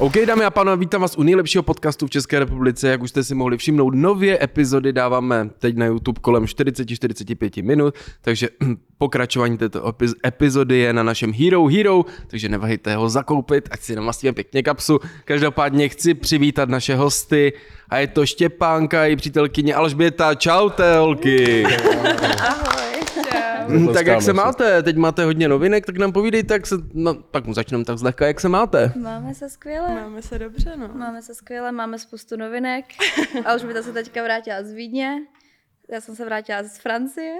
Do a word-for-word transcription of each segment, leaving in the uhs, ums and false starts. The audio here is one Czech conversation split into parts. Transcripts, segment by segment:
OK, dámy a pánové, vítám vás u nejlepšího podcastu v České republice. Jak už jste si mohli všimnout, nově epizody dáváme teď na YouTube kolem čtyřicet až čtyřicet pět minut, takže pokračování této epizody je na našem Hero Hero, takže neváhejte ho zakoupit, ať si namastíme pěkně kapsu. Každopádně chci přivítat naše hosty a je to Štěpánka i přítelkyně Alžběta. Čaute, holky. Ahoj. Tak jak se máte? Teď máte hodně novinek, tak nám povídejte, jak se, no, tak mu začneme tak zlehka, jak se máte? Máme se skvěle. Máme se dobře, no. Máme se skvěle, máme spoustu novinek. Alžběta se teďka vrátila z Vídně, já jsem se vrátila z Francie.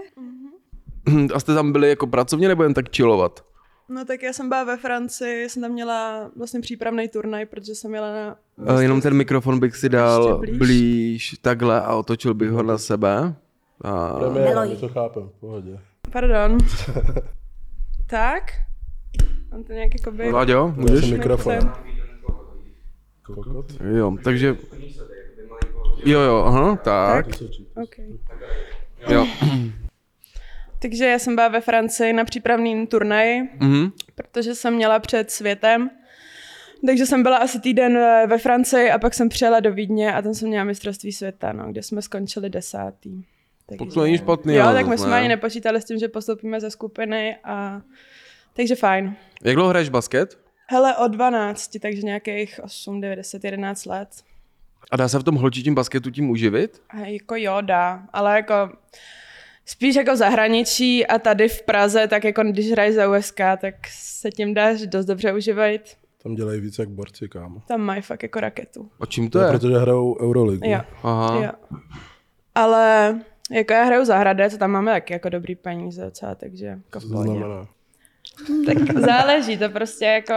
A jste tam byli jako pracovně nebo jen tak chillovat? No tak já jsem byla ve Francii, jsem tam měla vlastně přípravný turnaj, protože jsem jela na... Uh, jenom ten mikrofon bych si dal blíž. blíž takhle a otočil bych ho na sebe. A... Premiéra, my to chápem, v pohodě. Pardon. Tak? Mám to nějak jakoby... Láďo, můžeš? Mikrofon. Kokot? Jo, takže... Jo, jo, aha, tak. Tak? Okay. Jo. Takže já jsem byla ve Francii na přípravným turnaji, Mhm. protože jsem měla před světem. Takže jsem byla asi týden ve Francii a pak jsem přijela do Vídně a tam jsem měla mistrovství světa, no, kde jsme skončili desátý. Takže... To není špatný. Jo, ale tak my zase jsme ne. ani nepočítali s tím, že postoupíme ze skupiny a takže fajn. Jak dlouho hraješ basket? Hele, od dvanácti, takže nějakých osm, devět, deset, jedenáct let. A dá se v tom holčičím basketu tím uživit? A jako jo, dá, ale jako spíš jako v zahraničí a tady v Praze, tak jako když hraješ za U S K, tak se tím dáš dost dobře uživit. Tam dělají víc jak borci, kámo. Tam mají fakt jako raketu. A čím to To je, je? protože hrajou Euroligu. Jo, Aha. jo. Ale jako já hraju za Hradec, tam máme taky jako dobrý peníze docela, takže jako v Co to pohodě. znamená? Tak záleží, to prostě jako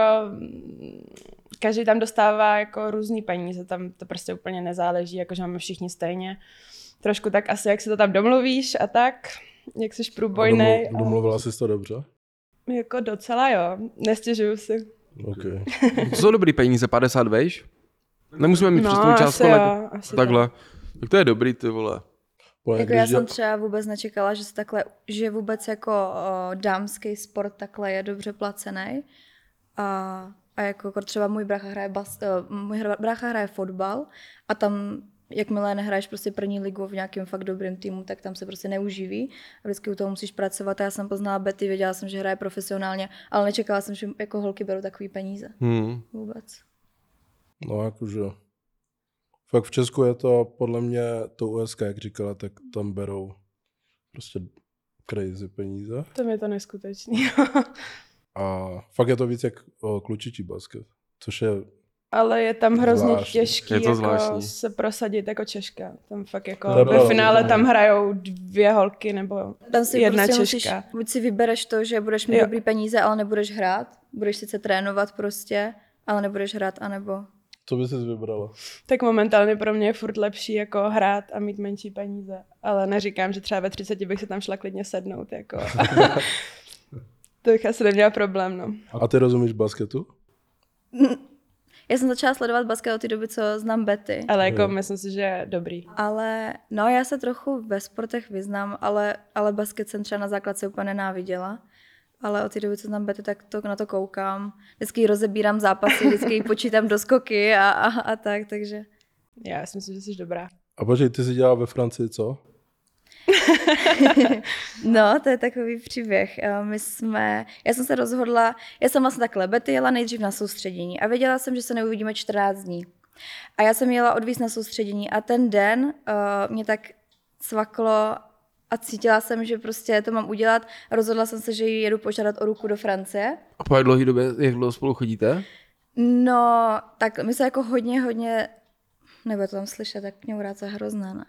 každý tam dostává jako různý peníze, tam to prostě úplně nezáleží, jakože máme všichni stejně. Trošku tak asi, jak si to tam domluvíš a tak, jak jsi průbojnej. Domlu, domluvila jsi to dobře? A jako docela jo, nestěžuju si. Okay. To jsou dobrý peníze, padesát vejš? Nemusíme mít No, přesnou asi částku, jo, ale asi takhle. Tak to je dobrý, ty vole. Pojď, Jako když já jsem děl- třeba vůbec nečekala, že se takhle, že vůbec jako o, dámský sport takhle je dobře placený. A, a jako třeba můj brácha hraje bas, o, můj hra- brácha hraje fotbal a tam jakmile nehraješ prostě první ligu v nějakém fakt dobrém týmu, tak tam se prostě neuživí a vždycky u toho musíš pracovat. A já jsem poznala Betty, věděla jsem, že hraje profesionálně, ale nečekala jsem, že jako holky berou takový peníze. Hmm. Vůbec. No jakože... Fakt v Česku je to podle mě to U S K, jak říkala, tak tam berou prostě crazy peníze. To je to neskutečný. A fakt je to víc jak o, klučičí basket, což je... Ale je tam hrozně Zvláštní. těžký Je to jako zvláštní. se prosadit jako Češka. Tam fakt jako To je ve pravda, finále to je. tam hrajou dvě holky nebo Tam si jedna prostě Češka. musíš, buď si vybereš to, že budeš mít Jo. dobrý peníze, ale nebudeš hrát. Budeš sice trénovat prostě, ale nebudeš hrát, anebo... Co by jsi vybrala? Tak momentálně pro mě je furt lepší jako hrát a mít menší peníze. Ale neříkám, že třeba ve třiceti bych se tam šla klidně sednout. Jako. To bych asi neměla problém, no. A ty rozumíš basketu? Já jsem začala sledovat basket od té doby, co znám Betty. Ale jako Jo. myslím si, že je dobrý. Ale no, já se trochu ve sportech vyznám, ale, ale basket jsem třeba na základce úplně nenáviděla. Ale od té doby, co znám Betty, tak to, na to koukám. Vždycky jí rozebírám zápasy, vždycky jí počítám do skoky a, a, a tak, takže... Já si myslím, že jsi dobrá. A počkej, ty jsi dělala ve Francii co? No, to je takový příběh. Eh, My jsme, já jsem se rozhodla, já jsem vlastně takhle, Betty jela nejdřív na soustředění a věděla jsem, že se neuvidíme čtrnáct dní. A já jsem jela odvízt na soustředění a ten den uh, mě tak cvaklo a cítila jsem, že prostě to mám udělat. A rozhodla jsem se, že ji jedu požádat o ruku do Francie. A po jak dlouhý době, jak dlouho spolu chodíte? No, tak my se jako hodně, hodně, nebude to tam slyšet, tak mě uráce hrozná, ne?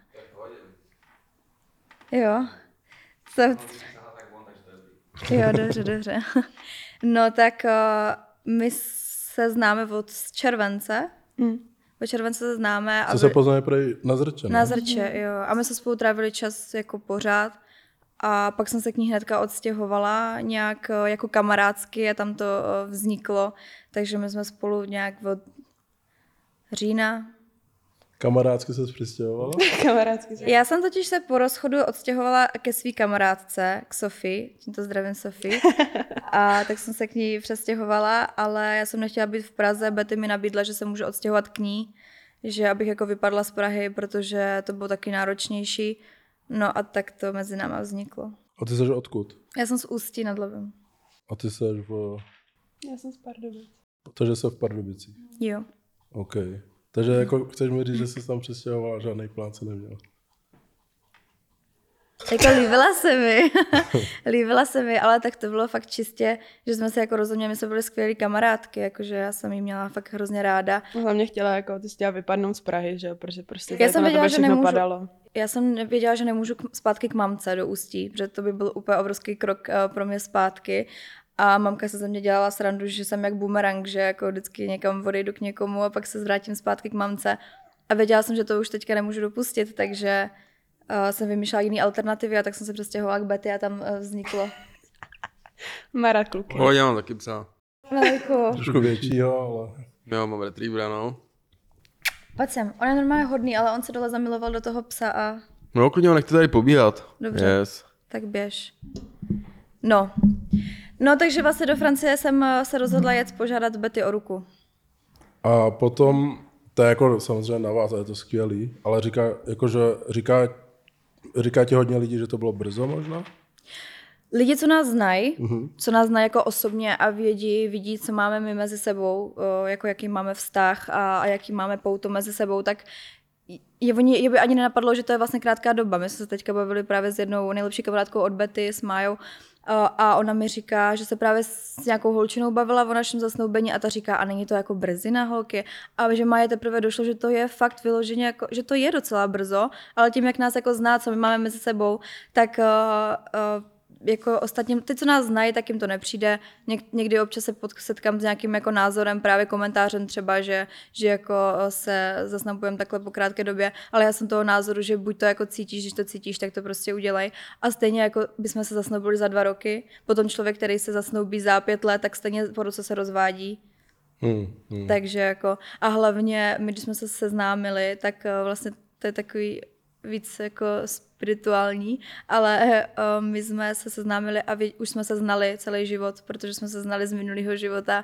Jo. Co? Jo, dobře, dobře. No tak uh, my se známe od července. Mm. Od července se známe. Co a se vy- poznáme prej na zrče, Na ne? zrče, jo. A my se spolu trávili čas jako pořád. A pak jsem se k ní hnedka odstěhovala nějak eh, jako kamarádsky a tam to eh, vzniklo. Takže my jsme spolu nějak od října. Kamarádsky se přistěhovala? Kamarádský se. Já jsem totiž se po rozchodu odstěhovala ke své kamarádce, k Sofii, tímto zdravím Sofii. A tak jsem se k ní přestěhovala, ale já jsem nechtěla být v Praze, Betty mi nabídla, že se můžu odstěhovat k ní, že abych jako vypadla z Prahy, protože to bylo taky náročnější. No a tak to mezi náma vzniklo. A ty jsi odkud? Já jsem z Ústí nad Labem. A ty jsi v... Já jsem z Pardubic. Takže jsi v Pardubicích. Jo. OK. Takže jako chceš mi říct, že jsi tam přestěhovala, žádný plán si neměl. Jako líbila se mi, líbila se mi, ale tak to bylo fakt čistě, že jsme se jako rozuměli, my jsme byli skvělý kamarádky, jakože já jsem jí měla fakt hrozně ráda. Hlavně chtěla, jako ty jsi chtěla vypadnout z Prahy, že jo, protože prostě Já jsem na věděla, tebe že všechno nemůžu, padalo. já jsem věděla, že nemůžu k- zpátky k mamce do Ústí, protože to by byl úplně obrovský krok uh, pro mě zpátky. A mamka se ze mě dělala srandu, že jsem jak bumerang, že jako vždycky někam odejdu k někomu a pak se vrátím zpátky k mamce. A věděla jsem, že to už teďka nemůžu dopustit, takže uh, jsem vymýšlela jiný alternativy a tak jsem se přestěhovala k Betty a tam uh, vzniklo. Má rád kluky. O, já mám taky psa. Veliko. Trošku většího, ale... Jo, mám retrievera, no. Pojď sem, on je normálně hodný, ale on se dole zamiloval do toho psa a No, klidně nechte tady pobíhat. Dobře. Yes. tak běž. No. No, takže vlastně do Francie jsem uh, se rozhodla jet požádat Betty o ruku. A potom, to je jako samozřejmě na vás a je to skvělý, ale říká, jakože říká, říká ti hodně lidí, že to bylo brzo možná? Lidi, co nás znají, Mhm. co nás znají jako osobně a vědí, vidí, co máme my mezi sebou, o, jako jaký máme vztah a, a jaký máme pouto mezi sebou, tak je, oni, je by ani nenapadlo, že to je vlastně krátká doba. My jsme se teďka bavili právě s jednou nejlepší kamarádkou od Betty, s Májou, a, a ona mi říká, že se právě s nějakou holčinou bavila o našem zasnoubení a ta říká, a není to jako brzy na holky? A že Máje teprve došlo, že to je fakt vyloženě, jako, že to je docela brzo, ale tím, jak nás jako zná, co my máme mezi sebou, tak uh, uh, jako ostatním, ty, co nás znají, tak jim to nepřijde. Něk, někdy občas se pod, setkám s nějakým jako názorem, právě komentářem třeba, že, že jako se zasnapujeme takhle po krátké době, ale já jsem toho názoru, že buď to jako cítíš, když to cítíš, tak to prostě udělej. A stejně jako bychom se zasnoubili za dva roky, potom člověk, který se zasnoubí za pět let, tak stejně po roce se rozvádí. Hmm, hmm. Takže jako, a hlavně my, když jsme se seznámili, tak vlastně to je takový víc jako spirituální, ale uh, my jsme se seznámili a vě, už jsme se znali celý život, protože jsme se znali z minulého života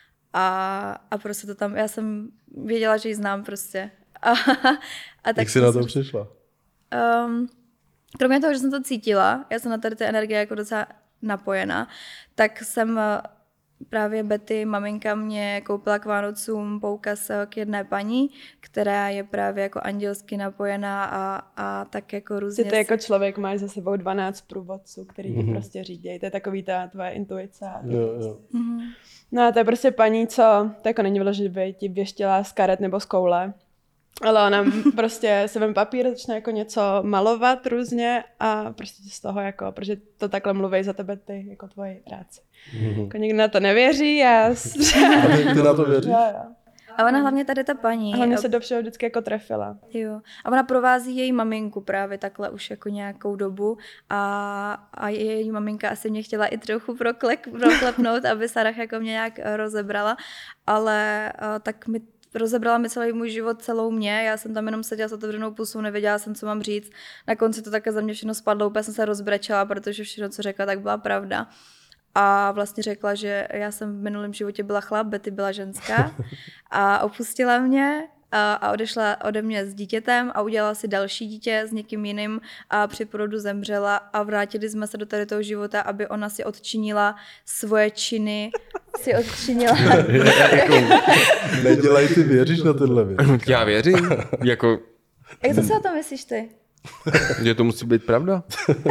a, a prostě to tam, já jsem věděla, že ji znám prostě. A, a tak Jak jsi na to přišla? Um, kromě toho, že jsem to cítila, já jsem na tady té energie jako docela napojená, tak jsem právě Betty, maminka, mě koupila k Vánocům poukaz k jedné paní, která je právě jako andělsky napojená a, a tak jako různě... Ty, ty jako člověk máš za sebou dvanáct průvodců, který ti mm-hmm. prostě řídí. To je takový ta tvoje intuice. Jo, jo. Mm-hmm. No a to je prostě paní, co, to jako není bylo, že by ti věštila z karet nebo z koule, ale ona prostě se vem papír, začne jako něco malovat různě a prostě z toho jako, protože to takhle mluví za tebe ty, jako tvoji práci. Mm-hmm. Jako nikdo na to nevěří a... A ty, ty na to věříš? Jo, jo. A ona hlavně tady ta paní... A hlavně se do všeho vždycky jako trefila. Jo. A ona provází její maminku právě takhle už jako nějakou dobu a, a její maminka asi mě chtěla i trochu proklek, proklepnout, aby Sarah jako mě nějak rozebrala, ale uh, tak mi rozebrala mi celý můj život, celou mě, já jsem tam jenom seděla s otevřenou pusou, nevěděla jsem, co mám říct. Na konci to také za mě všechno spadlo, úplně jsem se rozbrečela, protože všechno, co řekla, tak byla pravda. A vlastně řekla, že já jsem v minulém životě byla chlap, Betty byla ženská a opustila mě a, a odešla ode mě s dítětem a udělala si další dítě s někým jiným a při porodu zemřela a vrátili jsme se do tady toho života, aby ona si odčinila svoje činy, si odčinila... Nedělej, ty věříš na tyhle věci. Já věřím, jako, Jak to si o tom myslíš ty? že to musí být pravda.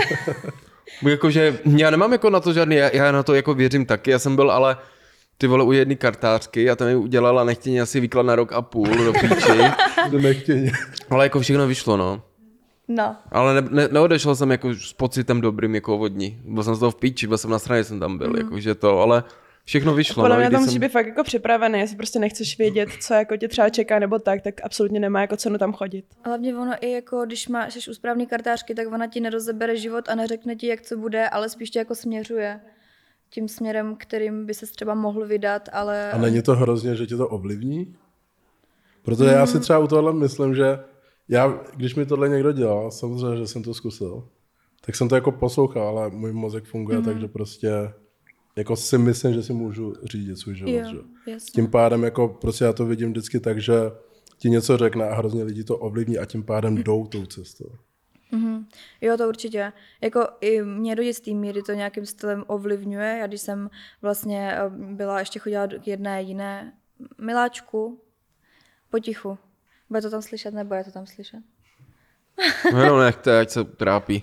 Jakože já nemám jako na to žádný, já, já na to jako věřím taky, já jsem byl ale ty vole u jedné kartářky a tam mi udělala nechtěně asi výklad na rok a půl do píči. Nechtěně. Ale jako všechno vyšlo, no. No. Ale ne, ne, neodešel jsem jako s pocitem dobrým jako od ní. Byl jsem z toho v píči, byl jsem na straně, jsem tam byl, mm. jakože to, ale všechno vyšlo. Podle no, mě to musí jsem... být fakt jako připravený, jestli prostě nechceš vědět, co jako tě třeba čeká nebo tak, tak absolutně nemá jako cenu tam chodit. Hlavně ono i jako, když máš jsi u správný kartářky, tak ona ti nerozebere život a neřekne ti, jak co bude, ale spíš tě jako směřuje tím směrem, kterým by se třeba mohl vydat, ale... A není to hrozně, že tě to ovlivní? Protože já si třeba u tohle myslím, že já, když mi tohle někdo dělal, samozřejmě, že jsem to zkusil, tak jsem to jako poslouchal, ale můj mozek funguje mm. tak, že prostě jako si myslím, že si můžu řídit svůj život. Jo, že? jasně. Tím pádem jako prostě já to vidím vždycky tak, že ti něco řekne a hrozně lidi to ovlivní a tím pádem jdou tou cestou. Mm-hmm. Jo, to určitě. Jako i mě do jistý míry to nějakým stylem ovlivňuje. Já když jsem vlastně byla, ještě chodila k jedné jiné miláčku, potichu. Bude to tam slyšet, nebo je to tam slyšet? No, no nechte, ať se trápí.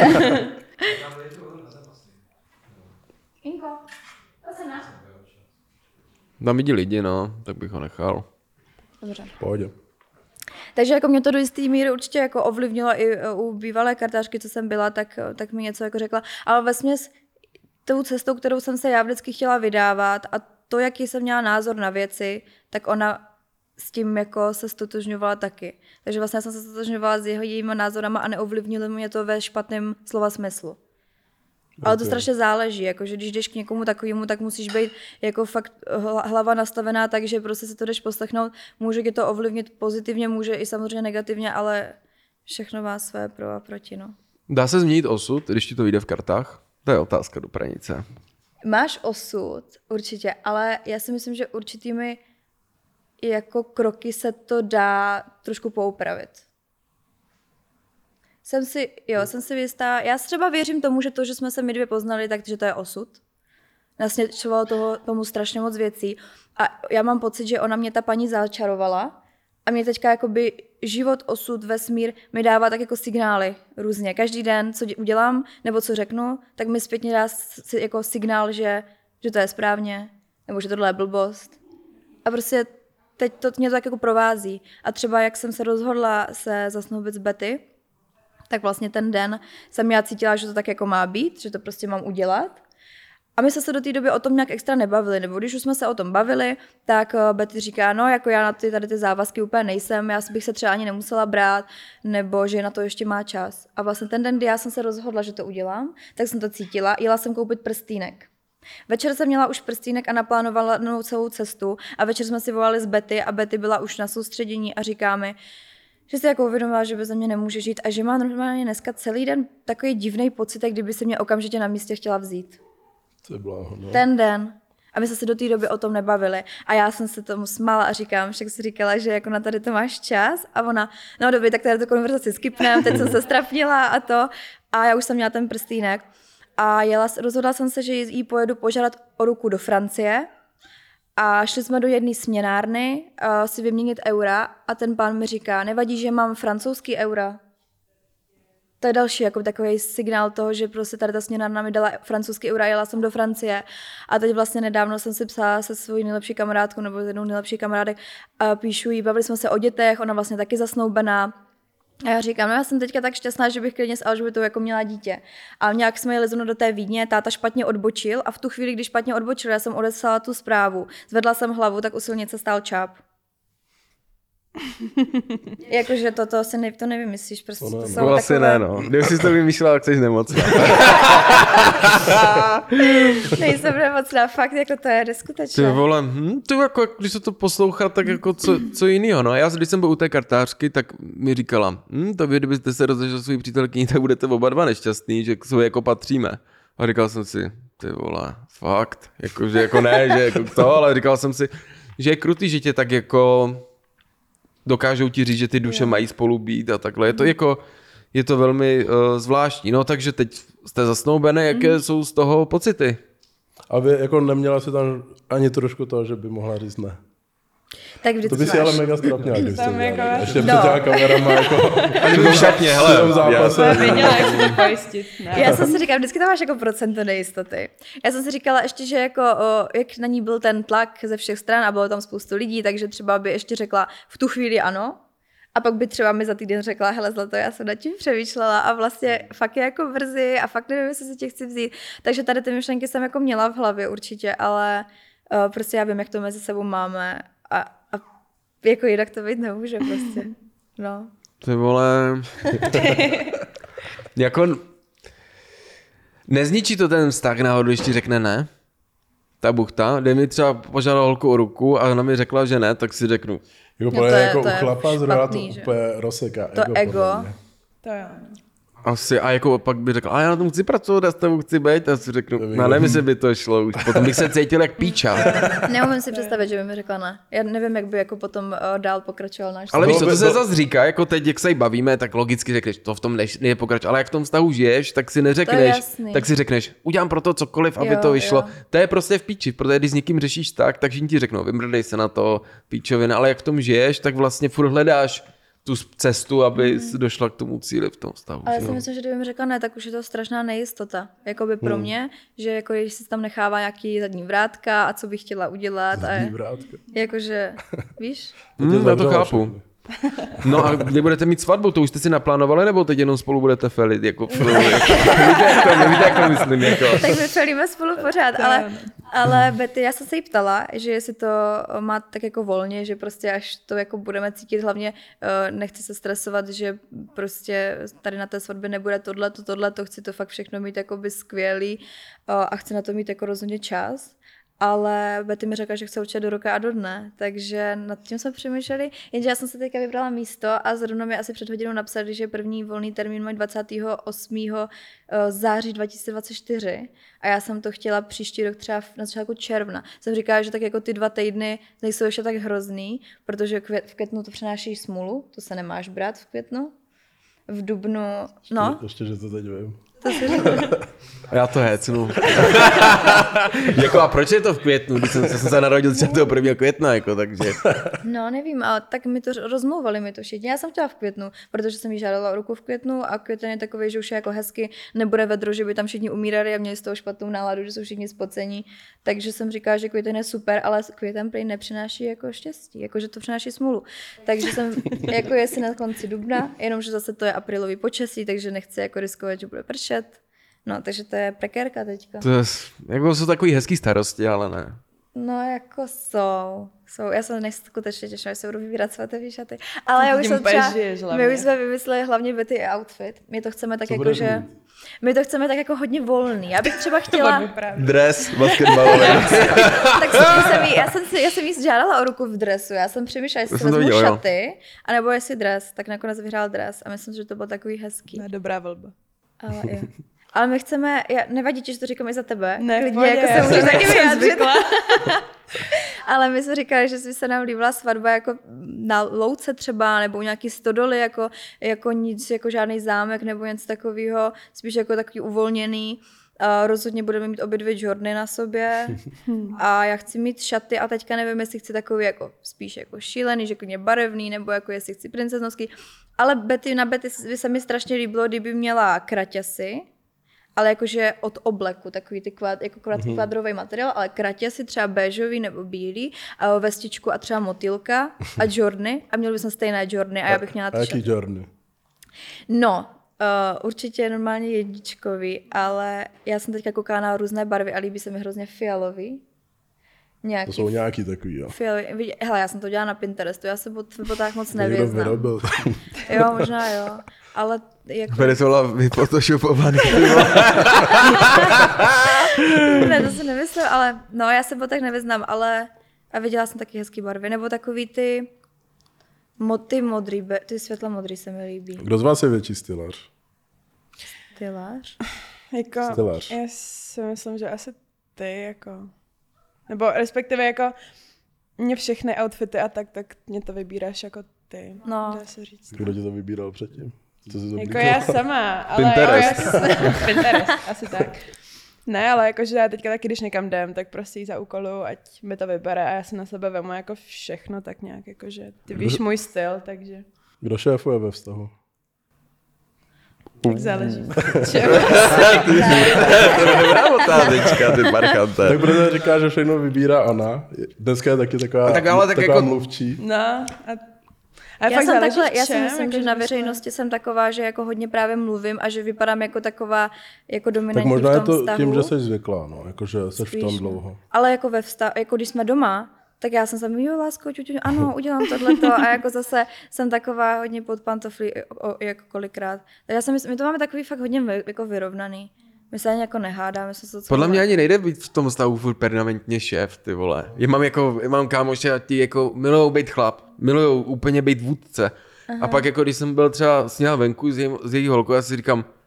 Inko, to se nás. Tam vidí lidi, no, tak bych ho nechal. Dobře. Pohodě. Takže jako mě to do jistý míry určitě jako ovlivnilo i u bývalé kartářky, co jsem byla, tak, tak mi něco jako řekla. Ale vesměs tou cestou, kterou jsem se já vždycky chtěla vydávat a to, jaký jsem měla názor na věci, tak ona s tím jako se stotožňovala taky. Takže vlastně já jsem se stotožňovala s jeho jejíma názorama a neovlivnilo mě to ve špatném slova smyslu. Ale to strašně záleží, jako, že když jdeš k někomu takovému, tak musíš být jako fakt hlava nastavená tak, že prostě si to jdeš poslechnout. Může tě to ovlivnit pozitivně, může i samozřejmě negativně, ale všechno má své pro a proti. No. Dá se změnit osud, když ti to vyjde v kartách? To je otázka do pranice. Máš osud, určitě, ale já si myslím, že určitými jako kroky se to dá trošku poupravit. Jsem si, jo, jsem si jistá, já třeba věřím tomu, že to, že jsme se my dvě poznali, takže to je osud. Nasvědčovalo toho, tomu strašně moc věcí a já mám pocit, že ona mě ta paní začarovala a mě teďka jakoby život, osud, vesmír mi dává tak jako signály různě. Každý den, co udělám nebo co řeknu, tak mi zpětně dá jako signál, že, že to je správně nebo že tohle je blbost. A prostě teď to mě to tak jako provází. A třeba jak jsem se rozhodla se zasnoubit s Betty, tak vlastně ten den jsem já cítila, že to tak jako má být, že to prostě mám udělat. A my jsme se do té doby o tom nějak extra nebavili, nebo když už jsme se o tom bavili, tak Betty říká, no jako já na ty, tady ty závazky úplně nejsem, já bych se třeba ani nemusela brát, nebo že na to ještě má čas. A vlastně ten den, kdy já jsem se rozhodla, že to udělám, tak jsem to cítila, jela jsem koupit prstýnek. Večer jsem měla už prstýnek a naplánovala celou cestu a večer jsme si volali s Betty a Betty byla už na soustředění a říká mi, že si jako uvědomila, že bez mě nemůže žít a že má normálně dneska celý den takový divný pocit, jak kdyby se mě okamžitě na místě chtěla vzít. To je bláho, no. Ten den. A my jsme se do té doby o tom nebavili. A já jsem se tomu smála a říkám, však si říkala, že jako na tady to máš čas. A ona, no dobrý, tak tady tu konverzaci skipneme, teď jsem se strapnila a to. A já už jsem měla ten prstýnek. A jela, rozhodla jsem se, že jí pojedu požádat o ruku do Francie. A šli jsme do jedné směnárny uh, si vyměnit eura a ten pán mi říká, nevadí, že mám francouzský eura. To je další jako takový signál toho, že prostě tady ta směnárna mi dala francouzský eura, jela jsem do Francie a teď vlastně nedávno jsem si psala se svojí nejlepší kamarádkou nebo s jednou nejlepší kamarádek a píšu jí, bavili jsme se o dětech, ona vlastně taky zasnoubená. A já říkám, no já jsem teďka tak šťastná, že bych klidně s Alžbětou jako měla dítě. A nějak jsme jeli zrovna do té Vídně, táta špatně odbočil a v tu chvíli, když špatně odbočil, já jsem odeslala tu zprávu, zvedla jsem hlavu, tak u silnice stál čáp. Jakože to, to asi ne, to nevymyslíš, prostě to, to, to ne, jsou To asi takové... ne, no. Kdyby jsi to vymýšlela, tak jsi nemocná. Nejsem nemocná, fakt, jako to je neskutečné. Ty vole, hm, to jako, když se to poslouchá, tak jako co, co jinýho, no. Já, když jsem byl u té kartářky, tak mi říkala, hm, to vy, kdybyste se rozešli svou přítelkyní, tak budete oba dva nešťastný, že k sobě jako patříme. A říkal jsem si, ty vole, fakt, jako, že jako ne, že jako to, ale říkal jsem si, že je krutý, že tě tak jako dokážou ti říct, že ty duše mají spolu být a takhle. Je to jako, je to velmi uh, zvláštní. No takže teď jste zasnoubené, jaké mm. jsou z toho pocity? A vy jako neměla si tam ani trošku toho, že by mohla říct ne. Tak to by si ale mega strapněla, když jste jako... ještě před těma kamerama, jako... Ani v šatně, hele. Zápase. Věděla, jak se to pojistit. Ne. Já jsem si říkala, vždycky tam máš jako procento nejistoty. Já jsem si říkala ještě, že jako, o, jak na ní byl ten tlak ze všech stran a bylo tam spoustu lidí, takže třeba by ještě řekla v tu chvíli ano. A pak by třeba mi za týden řekla, hele zlato, já jsem nad tím přemýšlela a vlastně fakt je jako brzy a fakt nevím, jestli si tě chci vzít. Takže tady ty myšlenky jsem jako měla v hlavě určitě, ale uh, prostě já vím, jak to mezi sebou máme a, a jako jinak to být nemůže prostě. No. Ty vole... jako... Nezničí to ten vztah náhodou, když ti řekne ne? Ta buchta, kde mi třeba požádala holku o ruku a ona mi řekla, že ne, tak si řeknu. Jo, no to je, jako to u chlapa zrovna to že? úplně rozseká to ego. ego. To jo. Asi, a jako pak by řekl, a já na tom chci pracovat, já s tebou chci být, a si řeknu, no nevím, jestli by to šlo už, potom bych se cítil jak píča. Neumím si představit, že by mi řekla ne. Já nevím, jak by jako potom uh, dál pokračoval náš Ale víš co, to by- se to- zase říká, jako teď, jak se jí bavíme, tak logicky řekneš, to v tom než, nepokračuje, ale jak v tom vztahu žiješ, tak si neřekneš, jasný. tak si řekneš, udělám pro to cokoliv, aby Jo, to vyšlo. jo. To je prostě v píči, protože když s někým řešíš tak, tak všichni ti řeknou, vymrdej se na to, píčovina, ale jak v tom žiješ, tak vlastně furt hledáš tu cestu, aby mm. došla k tomu cíli v tom vztahu. Ale já že si jo? myslím, že kdyby mi řekla ne, tak už je to strašná nejistota. Jakoby pro Hmm. mě, že jako když si tam nechává nějaký zadní vrátka a co bych chtěla udělat. Zadní A vrátka. jakože, víš? To tě Mm, já to zavřelo chápu. všechny. No a kdy budete mít svatbu, to už jste si naplánovali, nebo teď jenom spolu budete felit? Jako, jako, víte, jak to, víte, jak to myslím? Jako. Tak my felíme spolu pořád, ale, ale Betty, já jsem se jí ptala, že jestli to má tak jako volně, že prostě až to jako budeme cítit, hlavně uh, nechci se stresovat, že prostě tady na té svatbě nebude tohle, to, tohle, to chci to fakt všechno mít jakoby skvělý uh, a chci na to mít jako rozhodně čas. Ale Betty mi řekla, že chce určitě do roka a do dne, takže nad tím jsme přemýšleli. Jenže já jsem se teďka vybrala místo a zrovna mi asi před hodinou napsali, že první volný termín mají dvacátého osmého září dva tisíce dvacet čtyři a já jsem to chtěla příští rok třeba na začátku června. Jsem říkala, že tak jako ty dva týdny nejsou ještě tak hrozný, protože v květnu to přináší smůlu, to se nemáš brát v květnu. V dubnu, no. Ještě, že to teď vím. To si řekla. Já to hecnu. Jako a proč je to v květnu, když jsem, jsem se narodil třicátého prvního května, jako, takže. No, nevím, ale tak mi to rozmlouvali mi to všichni. Já jsem chtěla v květnu, protože jsem jí žádala o ruku v květnu a květen je takový, že už je jako hezky, nebude vedro, že by tam všichni umírali a měli z toho špatnou náladu, že jsou všichni spocení. Takže jsem říkala, že květen je super, ale květen prý nepřináší jako štěstí, jako že to přináší smůlu. Takže jsem jako jestli na konci dubna, jenomže zase to je aprílový počasí, takže nechci jako riskovat, že bude pršet. No, takže to je prekérka teďka. To je, jako jsou takový hezký starosti, ale ne. No, jako jsou. jsou. Já se neskutečně těším, že se budu vybírat svatební šaty. Ale já už Tím jsem úplně třeba, žiješ hlavně. my už jsme vymysleli hlavně Betty outfit. My to chceme tak Co jako, bude že... mít? My to chceme tak jako hodně volný. Já bych třeba chtěla... Dres, basketbalový. tak jsem jí, já jsem si, já jsem jí žádala o ruku v dresu. Já jsem přemýšlela, jestli Já jsem to vezmu viděl, jo. šaty, anebo jestli dres. Tak nakonec vyhrál dres a myslím, že to bylo takový hezký. To je dobrá volba. Ale jo. Ale my chceme, já, nevadí ti, že to říkám i za tebe. Ne, klidně, pohodě, jako se já můžeš jsem- taky jsem vyjádřit. zvyklá. Ale my jsme říkali, že by se nám líbila svatba jako na louce třeba, nebo u nějaký stodoly, jako, jako nic, jako žádný zámek nebo něco takového, spíš jako takový uvolněný. Uh, rozhodně budeme mít obě dvě Jordany na sobě a já chci mít šaty a teďka nevím, jestli chci takový jako spíš jako šílený, že klidně barevný, nebo jako jestli chci princeznovský. Ale Betty, na Betty by se mi strašně líbilo, kdyby měla kraťasy, ale jakože od obleku, takový ty kvad, jako mm-hmm. kvadrový materiál, ale kraťasy třeba béžový nebo bílý, a vestičku a třeba motýlka a Jordany a měli bychom stejné Jordany a já bych měla A ty jaký šaty. Jorny? No, uh, určitě normálně jedničkový, ale já jsem teďka koukala na různé barvy a líbí se mi hrozně fialový. Nějaký To jsou nějaký takový, jo. fialový. Vidě- Hele, já jsem to dělala na Pinterestu, já se po fotách moc Někdo nevěznám. vyrobil. Jo, možná jo, ale jako... Bude to byla vyphotoshopovaný. Ne, to si nemyslím, ale no, já se po tak nevyznám, ale a viděla jsem taky hezký barvy, nebo takový ty mo, ty modrý, be- ty světlo modrý se mi líbí. Kdo z vás je větší stylař? Stylář? Jako, Stylař. já si myslím, že asi ty, jako... Nebo respektive jako mě všechny outfity a tak, tak mě to vybíráš jako ty, No. dá se říct. Kdo tě to vybíral předtím? Co jsi to Jako vybíral? já sama, ale Pinterest. Jako já si, Pinterest, asi tak. Ne, ale jakože já teďka taky, když někam jdem, tak prostě jí za úkolu, ať mi to vybere a já si na sebe vemu jako všechno tak nějak, jakože ty víš můj styl, takže Kdo šéfuje ve vztahu? tak záleží. To je dobrá otázečka, ty parchante. Tak protože říká, že všechno vybírá Anna. Dneska je taky taková, A tak ale tak taková jako- mluvčí. No, a, a Já, fakt jsem záleží takhle, v já si čem, myslím, jako že na jsme- veřejnosti jsem taková, že jako hodně právě mluvím a že vypadám jako taková jako Tak dominantní možná v je tom to vztahu. tím, že jsi zvyklá, no. Jakože jsi v Spíš, tom no. dlouho. Ale jako ve vztahu, jako když jsme doma, tak já jsem tam, jo, lásko, ču, ču, ano, udělám tohleto a jako zase jsem taková hodně pod pantoflí o, o, jako kolikrát. Tak já jsem, my to máme takový fakt hodně vy, jako vyrovnaný. My se ani jako nehádáme. Se to, co Podle máme. mě ani nejde být v tom stavu furt permanentně šéf, ty vole. Já mám jako, já mám kámoše a ti jako milujou být chlap, milujou úplně být vůdce. Aha. A pak jako když jsem byl třeba s ní venku s, jej, s její holkou, já si říkám,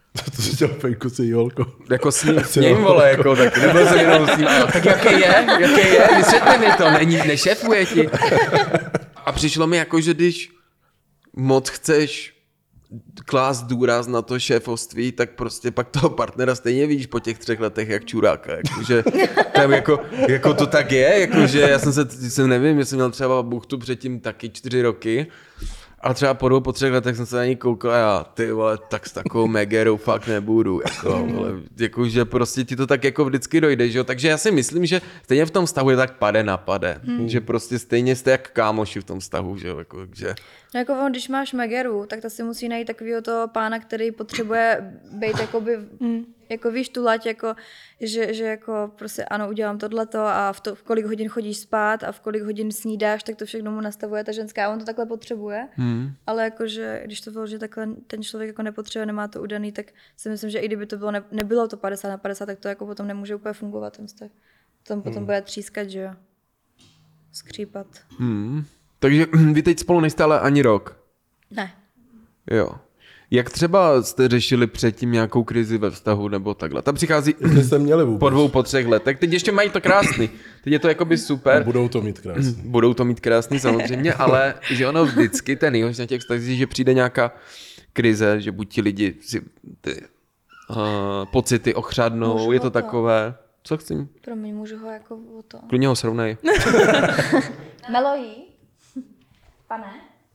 To jsi chtěl penku si holko. Jako s ním, s ním vole, jako tak nebyl jsem jenom s ním. Tak jaký je? Jaký je? Vysvětli mi to, není, nešefuje ti. A přišlo mi jako, že když moc chceš klást důraz na to šéfovství, tak prostě pak toho partnera stejně vidíš po těch třech letech jak čuráka. Jakože tam jako, jako to tak je, jakože já jsem se, jsem nevím, já jsem měl třeba buchtu předtím taky čtyři roky, ale třeba po dvou, po třech letech jsem se na ní koukal a já, ty vole, tak s takovou megerou fakt nebudu, jako, ale, jako, že prostě ti to tak jako vždycky dojde, že jo, takže já si myslím, že stejně v tom vztahu je tak pade na pade, hmm. že prostě stejně jste jak kámoši v tom vztahu, že jo, jako, že... No jako on, když máš megeru, tak ta si musí najít takového toho pána, který potřebuje být jakoby, mm. jako víš tu lať, jako, že, že jako prostě ano, udělám tohleto a v, to, v kolik hodin chodíš spát a v kolik hodin snídáš, tak to všechno mu nastavuje ta ženská a on to takhle potřebuje. Mm. Ale jakože, když to bylo, že takhle ten člověk jako nepotřebuje, nemá to udaný, tak si myslím, že i kdyby to bylo, ne, nebylo to padesát na padesát, tak to jako potom nemůže úplně fungovat ten vztah. Tam potom mm. bude třískat, že jo. Skřípat. Mm. Takže vy teď spolu nejste ale ani rok? Ne. Jo. Jak třeba jste řešili předtím nějakou krizi ve vztahu nebo takhle? Tam přichází jste měli vůbec. Po dvou, po třech letech. Teď ještě mají to krásný. Teď je to jakoby super. A budou to mít krásný. Budou to mít krásný samozřejmě, ale že ono vždycky ten nejhorší na těch vztazích, že přijde nějaká krize, že buď ti lidi si ty uh, pocity ochřadnou, můžu je to takové... Co chci? Promiň, můžu ho jako o to. Klidně ho srovnej. Melojí? Pane?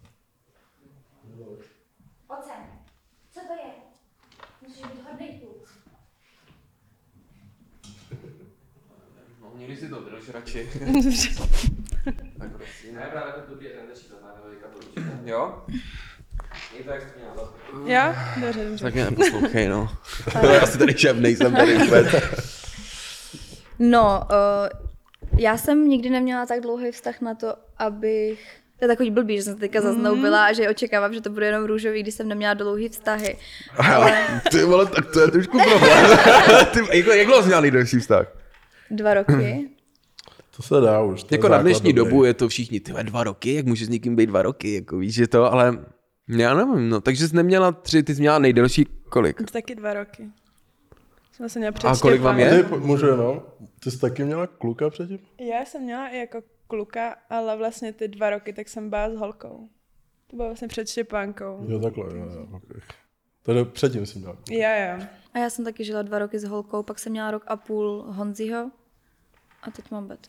Pojď sem. Co to je? Musíš být hodnej kluk. No, měli si to drž radši. Tak prosím. Ne, právě to dobrý, ten drží to tady, jo? Je to jak jsi měla zase. Jo? Dobře, dobře. Tak mě neposlouchej, no. Já si tady šéf nejsem tady vůbec. No, uh, já jsem nikdy neměla tak dlouhý vztah na to, abych... To je takový blbý, že jsem se teďka zaznoubila a že očekávám, že to bude jenom růžový, když jsem neměla dlouhý vztahy. Ale... Ty vole, tak to je trošku problém. Ty, jak, jak dlouho jsi měla nejdelší vztah? Dva roky. To se dá už. To jako na dnešní dobrý. Dobu je to všichni, tyhle dva roky, jak může s někým být dva roky, jako víš, že to, ale já nevím, no, takže jsi neměla tři, ty jsi měla nejdelší kolik? Taky dva roky. Jsme se měla před A kolik vám je? Ty, můžu, no. Ty jsi taky měla kluka předtím? Já jsem měla i jako kluka, ale vlastně ty dva roky tak jsem byla s holkou. To bylo vlastně před Štěpánkou. Jo, takhle, jo, jo, okay. Tady předtím jsem měla. Jo, jo. A já jsem taky žila dva roky s holkou, pak jsem měla rok a půl Honziho a teď mám Betty.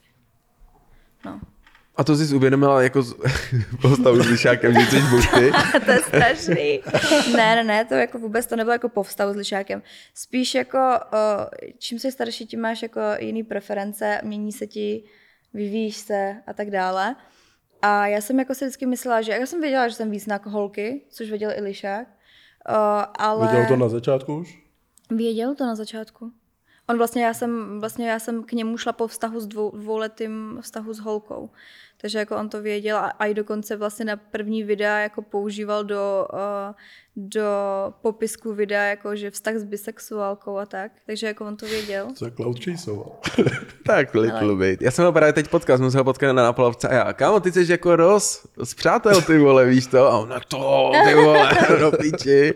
No. A to jsi uvědomila jako postavu s lišákem, že jsi buchty? To je strašný. Ne, ne, ne, to jako vůbec to nebylo jako po vztahu s lišákem. Spíš jako, čím jsi starší, tím máš jako jiný preference, mění se ti, vyvíjíš se a tak dále. A já jsem jako si vždycky myslela, že já jsem věděla, že jsem víc na holky, což věděl i lišák. Ale... Věděl to na začátku už? Věděl to na začátku. On vlastně, já jsem, vlastně já jsem k němu šla po vztahu s dvou, dvouletým vztahu s holkou. Takže jako on to věděl a, a i dokonce vlastně na první videa jako používal do, uh, do popisku videa, jako že vztah s bisexuálkou a tak. Takže jako on to věděl. Co je cloud chaseoval? Tak, little bit. Já jsem ho právě teď potkal, jsme se ho potkali na Napolovce a já, kámo, ty jsi jako roz, z přátel, ty vole, víš to? A on tak to, ty vole, do píči.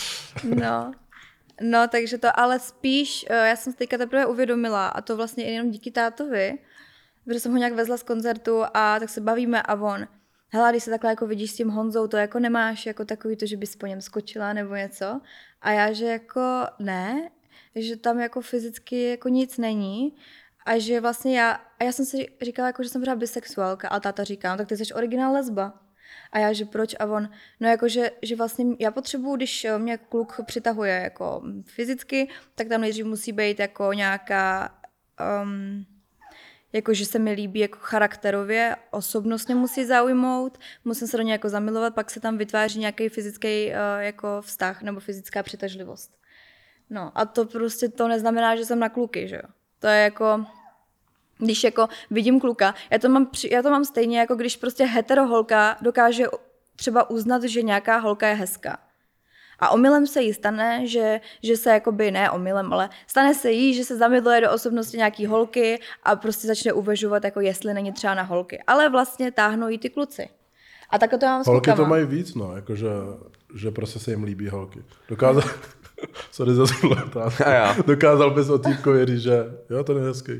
No. No, takže to, ale spíš, já jsem se teďka teprve uvědomila, a to vlastně jenom díky tátovi, protože jsem ho nějak vezla z koncertu a tak se bavíme a on, hele, když se takhle jako vidíš s tím Honzou, to jako nemáš jako takový to, že bys po něm skočila nebo něco. A já, že jako ne, že tam jako fyzicky jako nic není a že vlastně já, a já jsem si říkala, jako, že jsem pořád bisexuálka, a táta říká, no, tak ty jsi originál lesba. A já, že proč? A on, no jako, že, že vlastně já potřebuju, když mě kluk přitahuje jako fyzicky, tak tam nejdřív musí být jako nějaká, um, jako, že se mi líbí jako charakterově, osobnostně musí zaujmout, musím se do něj jako zamilovat, pak se tam vytváří nějaký fyzický uh, jako vztah nebo fyzická přitažlivost. No a to prostě to neznamená, že jsem na kluky, že jo. To je jako... Když jako vidím kluka, já to, mám, já to mám stejně, jako když prostě hetero holka dokáže třeba uznat, že nějaká holka je hezká. A omylem se jí stane, že, že se jakoby, ne omylem, ale stane se jí, že se zamiluje do osobnosti nějaký holky a prostě začne uvažovat, jako jestli není třeba na holky. Ale vlastně táhnou jí ty kluci. A takhle to mám s holky klukama. To mají víc, no, jakože, že prostě se jim líbí holky. Dokázal... Sorry za tuhle otázku. A já. Dokázal bys o týpkovi říct, že jo, to je hezký.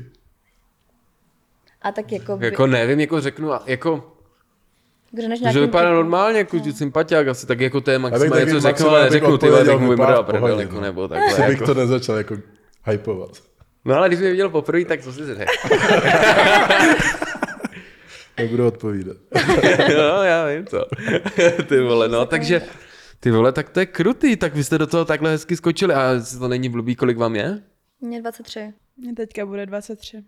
A tak jako... By... Jako nevím, jako řeknu, a jako... Kdo než Že nějakým vypadá typu. normálně, jako no. sympatiák asi, tak jako to je bych maximálně taky něco řeknu, maximálně ale řeknu, bych ty vole, odpověděl, tak mu vypadá vybral v prdel, pohodě, jako no. nebo Asi takhle. bych Jako. to nezačal jako hypovat. No ale když mě viděl poprvé, tak co si řekl? Nebudu odpovídat. No, já vím to. Ty vole, no, takže... Ty vole, tak to je krutý, tak vy jste do toho takhle hezky skočili a jestli to není blbý, kolik vám je? Mně dvacet tři. Mně teďka bude dvacet tři.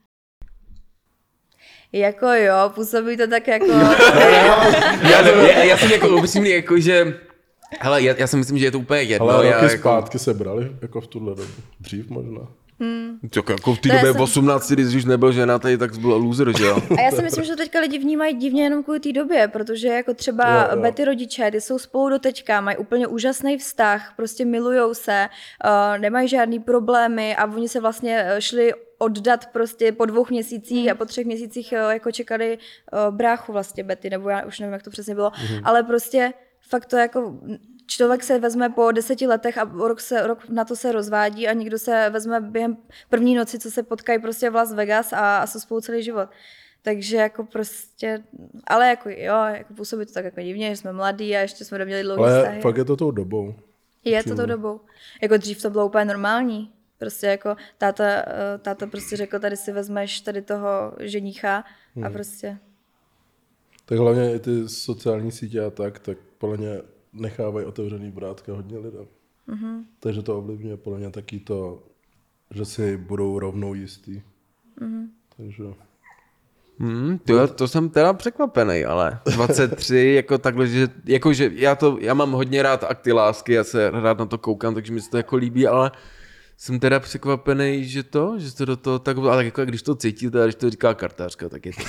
Jako jo, působí to tak jako... Já, nevím, já, já jsem jako upřímný, jako že... Hele, já, já si myslím, že je to úplně jedno. Ale já, roky jako, zpátky se brali jako v tuhle dobu. Dřív možná. tak jako v té To já době jsem- v osmnácti, když už nebyl ženatý, tak byl loser, že jo? A já si myslím, že to teďka lidi vnímají divně jenom kvůli té době, protože jako třeba Jo, jo. Betty rodiče, ty jsou spolu do teďka, mají úplně úžasný vztah, prostě milujou se, uh, nemají žádný problémy a oni se vlastně eh, šli oddat prostě po dvou měsících a po třech měsících uh, jako čekali uh, bráchu vlastně Betty, nebo já už nevím, jak to přesně bylo, ale prostě fakt to jako... Člověk se vezme po deseti letech a rok, se, rok na to se rozvádí a někdo se vezme během první noci, co se potkají prostě v Las Vegas a, a jsou spolu celý život. Takže jako prostě, ale jako jo, jako působí to tak jako divně, že jsme mladí a ještě jsme neměli dlouhý Ale vztahy. fakt je to tou dobou. Je to tou dobou. Jako dřív to bylo úplně normální. Prostě jako táta, eh, táta prostě řekl, tady si vezmeš tady toho ženicha a prostě... Tak hlavně i ty sociální sítě a tak, tak podle mě nechávají otevřený vrátka hodně lidem. Mm-hmm. Takže to ovlivňuje podle mě taky to, že si budou rovnou jistý. Mm-hmm. Takže... Hmm, to, to jsem teda překvapený, ale dvacet tři, jako takhle, že, jako, že já, to, já mám hodně rád akty lásky, já se rád na to koukám, takže mi se to jako líbí, ale jsem teda překvapený, že to, že jste do toho tak, ale tak jako když to cítíte a když to říká kartářka, tak je to.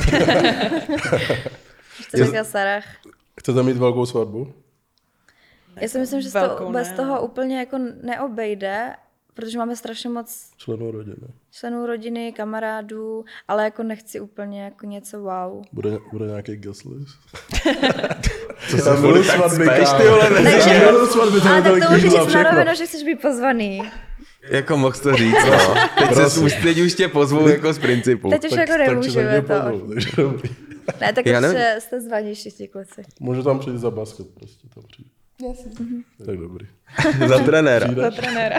To řekla Sarah. Chcete mít velkou svatbu? Já si myslím, že se to Velkou bez ne, toho no. úplně jako neobejde, protože máme strašně moc Členů rodiny. členů rodiny, kamarádů, ale jako nechci úplně jako něco wow. Bude, bude nějaký guest list? Co Já miluji svatby, kámo. ty vole, mezi Takže- že- miluji svatby, to Ale je tak tolik to můžeš jídla, říct všechno. na rovinu, že chceš být pozvaný. Jako mohl to říct, no. Teď, se, Prosím. už, teď už tě pozvou jako z principu. Teď už Tak jako stačí, nemůžeme že mě to. pozvou, takže dobrý. Ne, tak Já nevím. ještě jste zvaní všichni kluci. Můžu tam přijít za basket, prostě tam přijít. Jasně. Tak dobrý. Za trenéra. Za trenéra.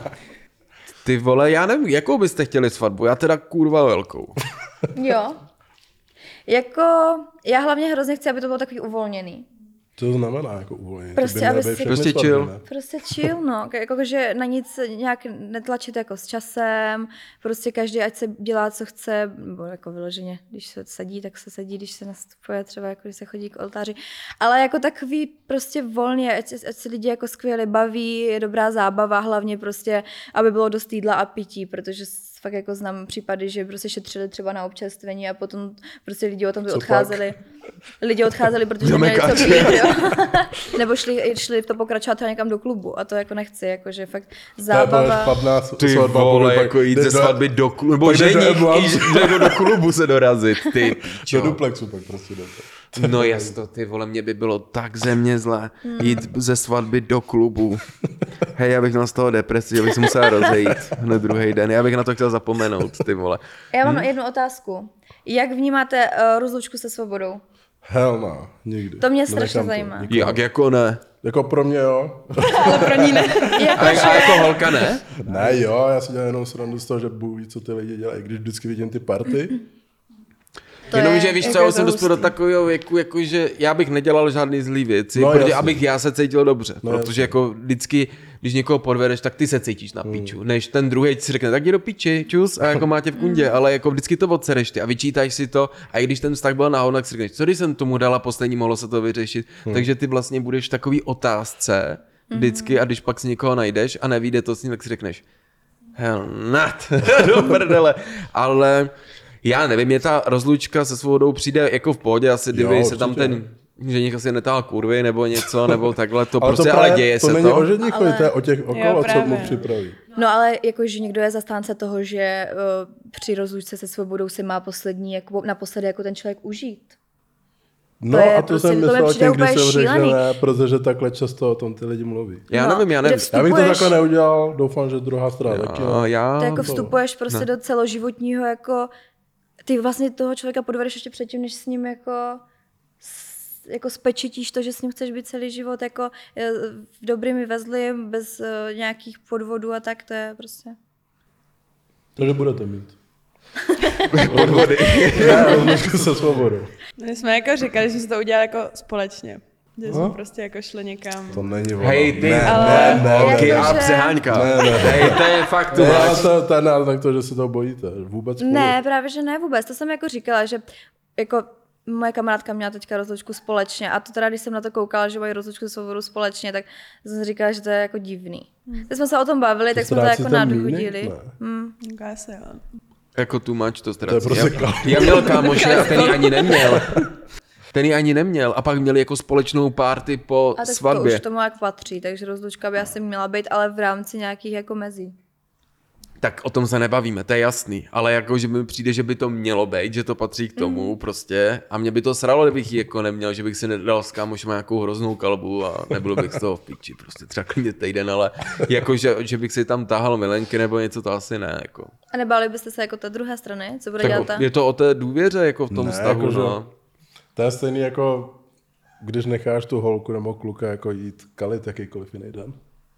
Ty vole, já nevím, jakou byste chtěli svatbu? Já teda kurva velkou. Jo. Jako, já hlavně hrozně chci, aby to bylo takový uvolněný. Co to znamená jako uvolnění? Prostě, To by měly aby být si- všechny Prostě svatby, chill. ne? Prostě chill, no. Jako, že na nic nějak netlačit jako s časem, prostě každý ať se dělá, co chce, nebo jako vyloženě, když se sedí, tak se sedí, když se nastupuje, třeba jako když se chodí k oltáři. Ale jako takový prostě volně, ať, ať se lidi jako skvěle baví, je dobrá zábava, hlavně prostě, aby bylo dost jídla a pití, protože fakt jako znám případy, že prostě šetřili třeba na občerstvení a potom prostě lidi o tom Co odcházeli. Lidi odcházeli, protože Do neměli co mekáče. pít, jo. Nebo šli, šli to pokračovat třeba někam do klubu a to jako nechci, jakože fakt To je zábava. špatná Ty svatba. vole, pak jako jít jde ze do- svatby do klubu, nebo pak jde do ženich, Ebuans. jít jako do klubu se dorazit, ty Do pičo. duplexu pak prostě jdete. No jasno, ty vole, mě by bylo tak země zlé jít ze svatby do klubu. Hej, já bych měl z toho depresi, že bych se musel rozejít hned druhý den. Já bych na to chtěl zapomenout, ty vole. Já mám jednu otázku. Jak vnímáte uh, rozlučku se svobodou? Hell no, nikdy. To mě Nenechám strašně zajímá. nikomu. Jak jako ne? Jako pro mě jo. Ale pro ní ne. Jako, A, a jako holka ne? Ne jo, já si dělám jenom srandu z toho, že Bůh ví, co ty lidi dělají. Když vždycky vidím ty party, to Jenomže je- víš jako co, já je jsem to dospěl do hustý. takového věku, jako že já bych nedělal žádný zlý věci, No, no, protože jasně. abych já se cítil dobře. No, protože jasně. jako vždycky, když někoho podvedeš, tak ty se cítíš na piču. Než ten druhý si řekne, tak jdi do piči, čus, a jako máte v kundě, ale jako vždycky to odsereš ty a vyčítáš si to. A i když ten vztah byl náhodou, tak si řekneš, co když jsem tomu dala poslední, mohlo se to vyřešit. Takže ty vlastně budeš v takový otázce vždycky a když pak si někoho najdeš a nevíde to s ním, tak si řekneš, hell not, do prdele. Ale já nevím, mě ta rozlučka se svobodou přijde jako v pohodě, asi kdyby Jo, se tam určitě. ten ženich asi netál kurvy nebo něco, nebo takhle, to ale prostě, to ale právě, děje to se není to. o ženichovi, Ale- to je o těch okolo, Jo, co mu právě. připraví. No ale jakože někdo je zastánce toho, že uh, při rozlučce se svobodou si má poslední, jako, naposledy jako ten člověk užít. No to je a to prostě, jsem to mi myslel přijde tím, když úplně jsem řekl, že šílený. ne, protože takhle často o tom ty lidi mluví. Já No, nevím, já kde nevím. Já bych to vstupuješ- takhle neudělal, doufám, že druhá strana taky. Já, já, To jako to- vstupuješ prostě ne. do celoživotního jako, ty vlastně toho člověka podvedeš ještě předtím, než s ním jako s- jako spečetíš to, že s ním chceš být celý život jako eh, v dobrými ve zlým, bez uh, nějakých podvodů a tak, to je prostě. Takže budete mít. podvody. Ne, rozlučku se svobodou. My jsme jako říkali, že jsme to udělali jako společně. Že jsme No. prostě jako šli někam. To není ono. Hej, ty, ne, ale- ne, ne, holky ne, a Jakože- přeháňka. Ne, ne. Hej, to je fakt tu Ne, ale máš. to, to je náznak to, že se toho bojíte. Vůbec spolu. Ne, právě že ne vůbec, to jsem jako říkala, že jako moje kamarádka měla teďka rozlučku společně a to teda, když jsem na to koukala, že mají rozlučku se svobodou společně, tak jsem říkala, že to je jako divný. Když jsme se o tom bavili, tak jsme to jako ztrácíte meaning? nadhodili. Ne. Hmm. Jako asi, jo. Jako tu máč to To je ztrácí. prostě já, kámo. já měl kámoše a ten ji ani neměl. Ten ji ani neměl. A pak měli jako společnou party po A tak to svatbě. už tomu jak patří, takže rozlučka by asi měla být, ale v rámci nějakých jako mezí. Tak o tom se nebavíme, to je jasný. Ale jako, že mi přijde, že by to mělo být, že to patří k tomu mm. prostě. A mě by to sralo, kdybych ji jako neměl, že bych si nedal s kámošem nějakou hroznou kalbu a nebyl bych z toho v piči. Prostě třeba klidně týden, ale jako, že, že bych si tam táhal milenky nebo něco, to asi ne. Jako. A nebáli byste se jako té druhé strany, co bude Tak dělat ta? je to o té důvěře jako v tom Ne, vztahu. jako, že- No. To je stejný jako, když necháš tu holku nebo kluka jako jít kalit jakýkoliv jiný den.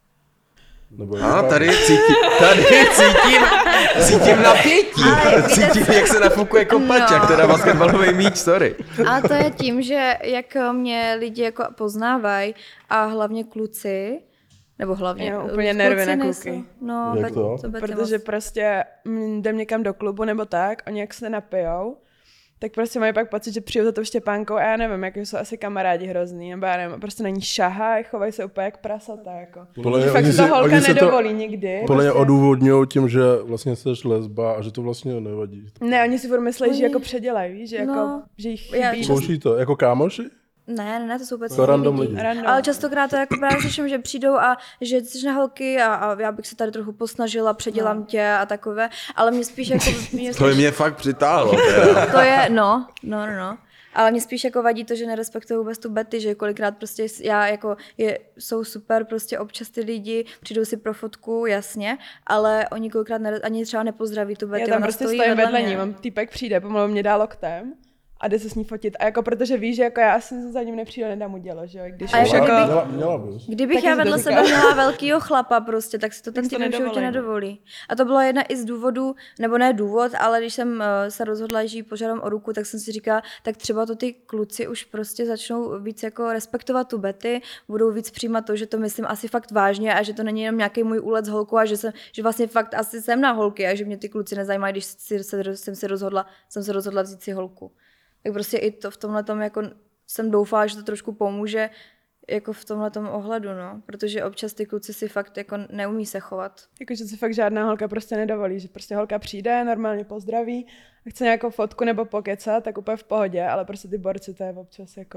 Nebo A jiný tady cítím, tady cítím, cítím napětí. Ale víte Cítím, jak se nafukuje kopačák, No. teda basketbalový míč, sorry. A to je tím, že jak mě lidi jako poznávají a hlavně kluci, nebo hlavně Jo, úplně kluci nervy na nejsou- kluky. No, Jak bet- to? to bete Protože moc. prostě mm, jdem někam do klubu nebo tak, oni jak se napijou, tak prostě mají pak pocit, že přijou za tou Štěpánkou a já nevím, jak jsou asi kamarádi hrozný, nebo já nevím, prostě na ní šahají, chovají se úplně jak prasata, jako. Podle mě Že fakt oni si to si- holka oni si to- nedovolí nikdy. Podle mě prostě. odůvodňují tím, že vlastně jsi lesba a že to vlastně nevadí. Ne, oni si furt myslí, Oni- že jako předělají, víš, že, jako, No, že jich já chybí. čas- Zkouší to jako kámoši? Ne, ne, ne, to jsou vůbec To jiní random lidi. Random. Ale častokrát to jako právě slyším, že přijdou a že jsi na holky a, a já bych se tady trochu posnažila, předělám No. tě a takové, ale mě spíš jako... Mě To spíš, mě fakt přitáhlo. Teda. to je, no, no, no, no. Ale mě spíš jako vadí to, že nerespektují vůbec tu Betty, že kolikrát prostě já jako je, jsou super prostě občas ty lidi, přijdou si pro fotku, jasně, ale oni kolikrát ne, ani třeba nepozdraví tu Betty, Já tam ona prostě stojí stojím vedle vedle mě. ní, mám týpek přijde, pomalu mě dá loktem a jde se s ní fotit. A jako protože víš, že jako já asi za ním nepřijdu, nedám mu dělo, že jo, i když A už jako jako... kdyby- Měla, měla bys. Kdybych Taky já si to vedle říkám. sebe měla velkýho chlapa prostě, tak si to ten si to týpek v životě nedovolí, no. nedovolí. A to byla jedna i z důvodů, nebo ne důvod, ale když jsem uh, se rozhodla, že jí požádám o ruku, tak jsem si říkala, tak třeba to ty kluci už prostě začnou víc jako respektovat tu Betty, budou víc přijímat to, že to myslím asi fakt vážně a že to není jenom nějaký můj úlet z holku a že, jsem, že vlastně fakt asi jsem na holky a že mě ty kluci nezajímají, když si, se, jsem si rozhodla, jsem se rozhodla vzít si holku. Tak prostě i to v tomhle tom jako jsem doufala, že to trošku pomůže jako v tomhletom ohledu, no. Protože občas ty kluci si fakt jako neumí se chovat. Jakože se fakt žádná holka prostě nedovolí, že prostě holka přijde, normálně pozdraví a chce nějakou fotku nebo pokecat, tak úplně v pohodě, ale prostě ty borci to je občas jako...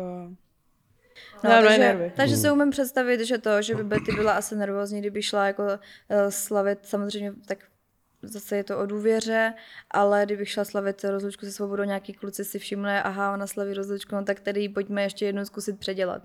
No, No, no, takže, nervy. takže si umím představit, že to, že by Betty byla asi nervózní, kdyby šla jako uh, slavit, samozřejmě tak zase je to o důvěře, ale kdybych šla slavit rozlučku se svobodou, nějaký kluci si všimli, aha, ona slaví rozlučku, no tak tedy pojďme ještě jednou zkusit předělat.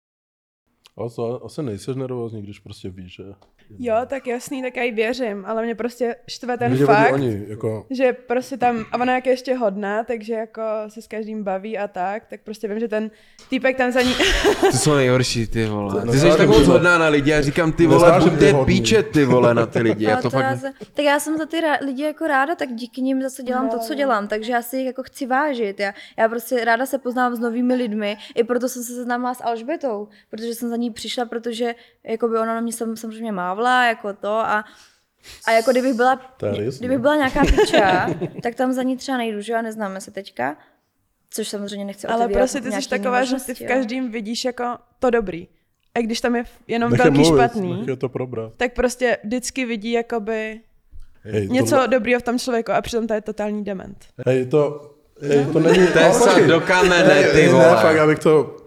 Ale to asi nejseš nervózní, když prostě víš, že... Jo, tak jasný, tak já jí věřím, ale mě prostě štve ten Že vadí fakt, oni, jako... že prostě tam, a ona jak je ještě hodná, takže jako se s každým baví a tak, tak prostě vím, že ten týpek tam za ní... Ty jsou nejhorší, ty vole. To Ty jsi nesnáším tak moc ty vole. hodná na lidi a říkám, ty vole, Nesnáším ty buďte hodný. píče, ty vole, na ty lidi. Já Ale to to já fakt... se, tak já jsem za ty rá, lidi jako ráda, tak díky nim zase dělám No, to, co no. dělám, takže já si jich jako chci vážit. Já, já prostě ráda se poznám s novými lidmi, i proto jsem se seznámila s Alžbětou, protože jsem za ní přišla, protože jako by ona na mě sam, samozřejmě mávla, jako to a a jako kdybych byla, To je jasný. kdybych byla nějaká piča, tak tam za ní třeba nejdu, že jo, a neznáme se teďka, což samozřejmě nechci Ale otevírat prostě ty jsi nějaký taková, že ty možnosti, v jo. každém vidíš jako to dobrý. A když tam je jenom Nech je velký mluvit, špatný, nech je to probrat. tak prostě vždycky vidí jakoby Hej, něco tohle- dobrýho v tom člověku a přitom to je totální dement. Hej, to... Hej, to není... To je ale sad počkej. do kamene, Ne, ty ne, vole. fakt, abych to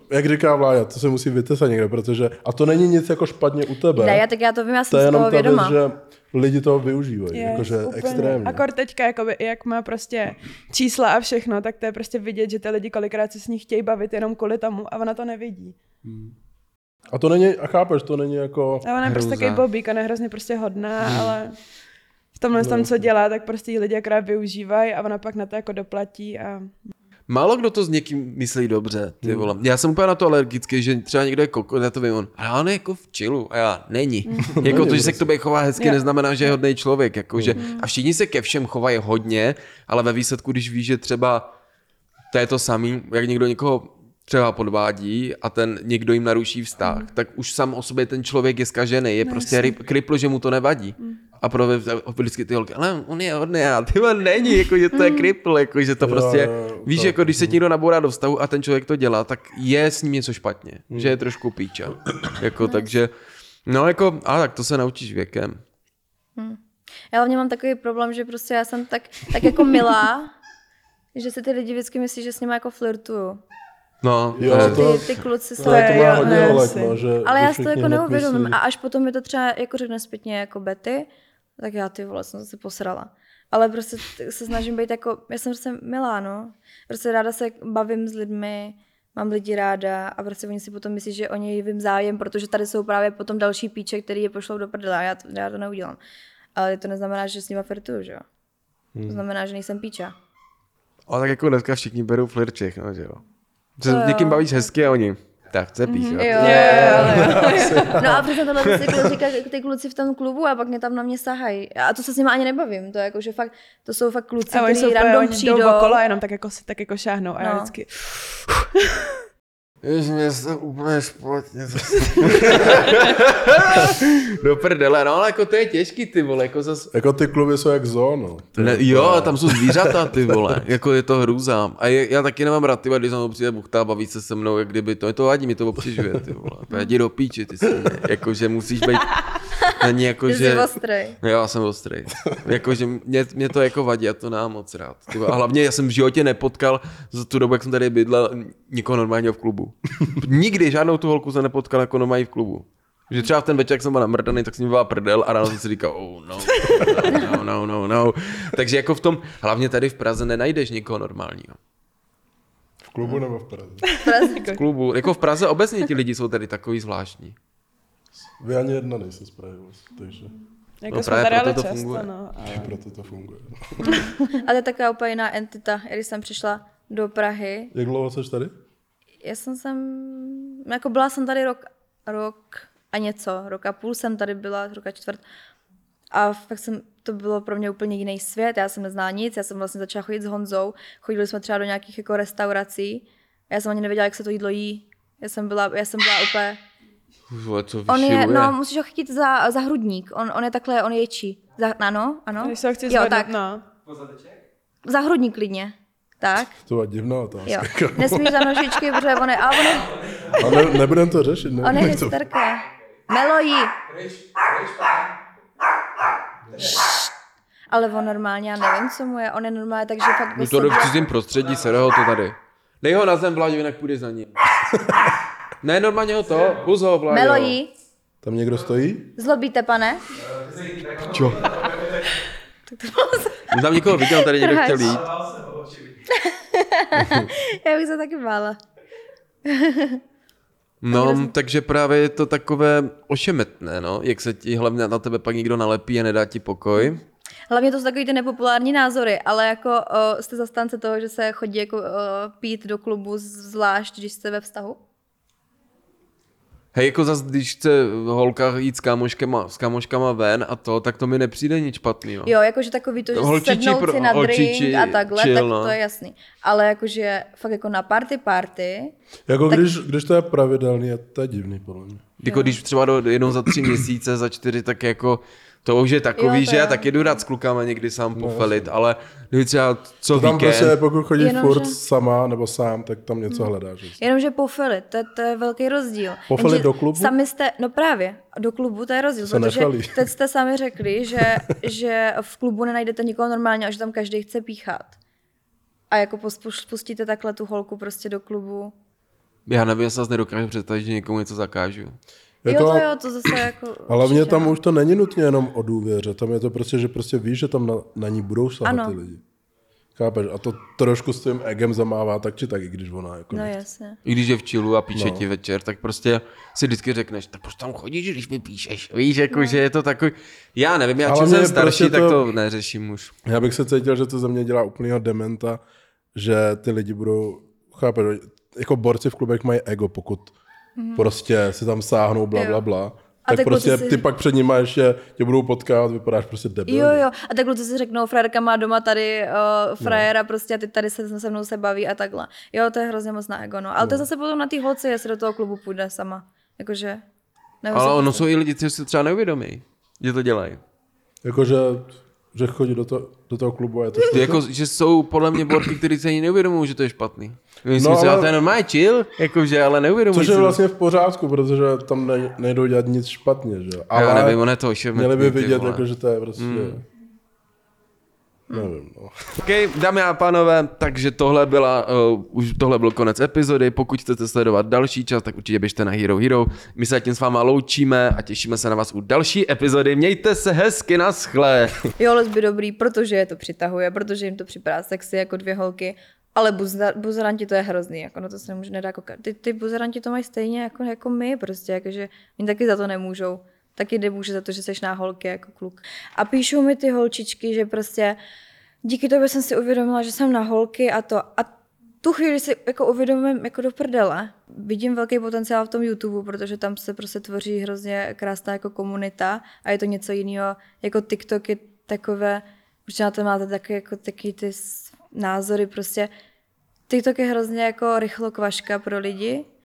jak říká Vláďa, to se musí vytesat někde, protože, a to není nic jako špatně u tebe. Ne, já tak já to vím, já to jsem je z jenom toho ta vědoma. věc, že lidi toho využívají, Yes, jakože úplně. extrémně. Akor teďka, jakoby, jak má prostě čísla a všechno, tak to je prostě vidět, že ty lidi kolikrát se s ní chtějí bavit jenom kvůli tomu a ona to nevidí. A to není, a chápeš, to není jako... A ona je prostě Hrůza. takový bobík, ona je hrozně prostě hodná, hmm. ale v tomhle no. tom, co dělá, tak prostě ji lidi akorát využívají a ona pak na to jako doplatí a... Málo kdo to s někým myslí dobře, ty vole. Já jsem úplně na to alergický, že třeba někdo je kokot, já to vím on, ale on je jako v chillu a já není. Jako to, že se k tobě chová hezky, Jo. neznamená, že je hodný člověk. Jako, že, a všichni se ke všem chovají hodně, ale ve výsledku, když víš, že třeba to je to samý, jak někdo někoho třeba podvádí a ten někdo jim naruší vztah, mm. tak už sám o sobě ten člověk je zkažený, je no, prostě ryb, kripl, že mu to nevadí. Mm. A pro vždycky ty holky, ale on je hodný a ty není, jako, že to je kripl, jako, že to prostě, jo, jo, víš, to, jako když se ti někdo nabourá do vztahu a ten člověk to dělá, tak je s ním něco špatně, mm. že je trošku píča. Jako, takže, no jako, ale tak to se naučíš věkem. Hmm. Já hlavně mám takový problém, že prostě já jsem tak, tak jako milá, že si ty lidi vždycky myslí, že s nimi jako flirtuju. No, Jo, to, to- Ty, ty kluci jsou... To, je, to má jo, hodně ne, holek, asi. no, že, Ale že já si to všichni jako hned neuvědomím. myslí- A až potom mi to třeba jako řekne zpětně jako Betty, tak já ty vole, jsem se posrala. Ale prostě t- se snažím být jako, já jsem prostě milá, no. Prostě ráda se bavím s lidmi, mám lidi ráda a prostě oni si potom myslí, že oni jim zájem, protože tady jsou právě potom další píče, který je pošlou do prdele a já to, já to neudělám. Ale to neznamená, že s nima flirtuju, že jo. To znamená, že nejsem píča. ale tak jako dneska všichni berou flirt všechno, že jo. Že To s jo. někým bavíš hezky a oni, tak chce píš, jo. Jo, jo, jo. No a přesně tohle si kluci říkají ty kluci v tom klubu a pak mě tam na mě sahají. A to se s nimi ani nebavím, to je jako, že fakt, to jsou fakt kluci, A oni jsou kteří úplně, random oni přijdou. jdou okolo a jenom tak jako, tak jako šáhnou a já No. vždycky... Jež mě se úplně špatně zase. Do prdele, no ale jako to je těžký, ty vole, jako zas... Jako ty kluby jsou jak zóno. Ne, jo, tam jsou zvířata, ty vole, jako je to hrůza. A je, já taky nemám rád, ty vole, když se mnou přijde buchta a baví se se mnou, jak kdyby to, je to vadí, mi to obtěžuje, ty vole. Jdi do píči, ty si, jako že musíš být, není jako, Ty jsi že... ostrej. Jo, já jsem ostrý. Jako, že mě, mě to jako vadí, já to nemám moc rád. Ty vole. A hlavně já jsem v životě nepotkal za tu dobu, jak jsem tady bydlel, nikoho normálního v klubu. Nikdy žádnou tu holku jsem nepotkal jako normální v klubu. Že třeba v ten večer, jak jsem byl namrdaný, tak jsem byla prdel a ráno jsem si říkal, oh no, no, no, no, no. Takže jako v tom, hlavně tady v Praze nenajdeš nikoho normálního. V klubu nebo v Praze? V klubu, jako v Praze obecně ti lidi jsou tady takový zvláštní. Vy ani jedna nejste z Prahy, takže Jako No jsme právě tady proto ale to často, funguje. no. Ale... proto to funguje. A to je taková úplně jiná entita. Když jsem přišla do Prahy, Jak dlouho jsi tady? já jsem sem, jako byla jsem tady rok, rok a něco, rok a půl jsem tady byla, rok a čtvrt. A fakt jsem, to bylo pro mě úplně jiný svět, já jsem neznala nic, já jsem vlastně začala chodit s Honzou, chodili jsme třeba do nějakých jako restaurací, já jsem ani nevěděla, jak se to jídlo jí, já jsem byla, já jsem byla úplně... Vole, co On je, vyšiluje. no, musíš ho chytit za, za hrudník, on, on je takhle, on je ječí. Za, ano, ano. Když se ho chci Jo, zvednout, tak, no. za hrudník klidně. Tak, To je divná otázka. jo. Nesmíš za nožičky, protože on je, a on je, A ne, nebudem to řešit. Ne? on je Jak to... hysterka. Melo jí. Ale on normálně, já nevím, co mu je, on je normálně, takže fakt... No to jde v cizím prostředí, sere ho to tady. Dej ho na zem, Vláďo, jinak půjde za ním. Ne, normálně ho to, pus ho, Vláďo. Melo jí. Tam někdo stojí? Zlobíte, pane? Čo? Tam někoho viděl, tady někdo Trhač. chtěl jít. Já bych se taky bála. No, takže právě je to takové ošemetné, no, jak se ti hlavně na tebe pak někdo nalepí a nedá ti pokoj. Hlavně to jsou takový ty nepopulární názory, ale jako o, jste zastánce toho, že se chodí jako o, pít do klubu, zvlášť, když jste ve vztahu? Hej, jako zas, když chce holka jít s kámoškama, s kámoškama ven a to, tak to mi nepřijde nic špatného. Jo, jakože takový to, že Holčiči sednout pro- si na holčiči drink a takhle, chill, tak no. to je jasný. Ale jakože fakt jako na party party, Jako Tak- když, když to je pravidelný, je to je divný podle mě. Jako když třeba do, jednou za tři měsíce, za čtyři, tak jako to už je takový, Jo, to že já jo. taky jdu rád s klukama někdy sám pofelit, ale když třeba co To tam víkend, prostě, pokud chodíš Jenom, furt že- sama nebo sám, tak tam něco hledáš. vždycky. jenomže pofelit, to, je- to je velký rozdíl. Pofelit Jenže do klubu? Sami jste, no právě, do klubu to je rozdíl, Se protože nechali. teď jste sami řekli, že, že v klubu nenajdete nikoho normálně a že tam každý chce píchat. A jako pospuš- pustíte takhle tu holku prostě do klubu. Já nevím, já se nedokážu představit, že někomu něco zakážu. Jako, jo, to jo, to zase jako... ale mě určitě, tam no. už to není nutně jenom o důvěře, tam je to prostě, že prostě víš, že tam na, na ní budou sahat Ano. ty lidi. Chápeš? A to trošku s tím egem zamává tak či tak, i když ona jako No nechce. jasně. I když je v chillu a píše No. ti večer, tak prostě si vždycky řekneš, tak proč tam chodíš, když mi píšeš? Víš, jako, no. že je to takový, já nevím, já Ale čím mě jsem starší, prostě tak to- to neřeším už. Já bych se cítil, že to ze mě dělá úplnýho dementa, že ty lidi budou, chápeš, jako borci v klubech mají ego, pokud mm. prostě si tam sáhnou bla, Jo. bla, bla. A Tak tak prostě kluci si- ty pak před nima ještě tě budou potkávat, vypadáš prostě debilně. Jo, jo. A tak kluci si řeknou, frajerka má doma tady uh, frajera no. prostě a ty tady se se mnou se baví a takhle. Jo, to je hrozně moc na ego, no. Ale no. to je zase potom na té holce, jestli do toho klubu půjde sama. Jakože... nevím, Ale jestli ono to- jsou i lidi, kteří si třeba neuvědomí, že to dělají. Jakože, že chodí do, to, do toho klubu a je to Ty jako, že jsou podle mě borky, kteří se ani neuvědomují, že to je špatný. Myslím No, si, ale- ale to je normálně chill, jakože, ale neuvědomují Což si je to. vlastně v pořádku, protože tam ne, nejdou dělat nic špatně, že? Ale Já nevím, ono je to ošemetný, měli by ty vidět, vole. jako, že to je prostě... Hmm. Nevím, no. OK, dámy a pánové, takže tohle, byla, uh, už tohle byl konec epizody. Pokud chcete sledovat další čas, tak určitě běžte na Hero Hero. My se tím s váma loučíme a těšíme se na vás u další epizody. Mějte se hezky, naschle. Jo, lesby dobrý, protože je to přitahuje, protože jim to připadá sexy jako dvě holky, ale buzna, buzeranti to je hrozný, jako no to se nemůže nedá koukat. Ty, ty buzeranti to mají stejně jako, jako my prostě, jakože oni taky za to nemůžou. Taky nemůže za to, že seš na holky jako kluk. A píšou mi ty holčičky, že prostě díky tobě jsem si uvědomila, že jsem na holky a to. A tu chvíli si jako uvědomím jako do prdele. Vidím velký potenciál v tom YouTube, protože tam se prostě tvoří hrozně krásná jako komunita a je to něco jiného. Jako TikTok je takové, protože na to máte taky jako taky ty s- názory prostě. TikTok je hrozně jako rychlokvaška pro lidi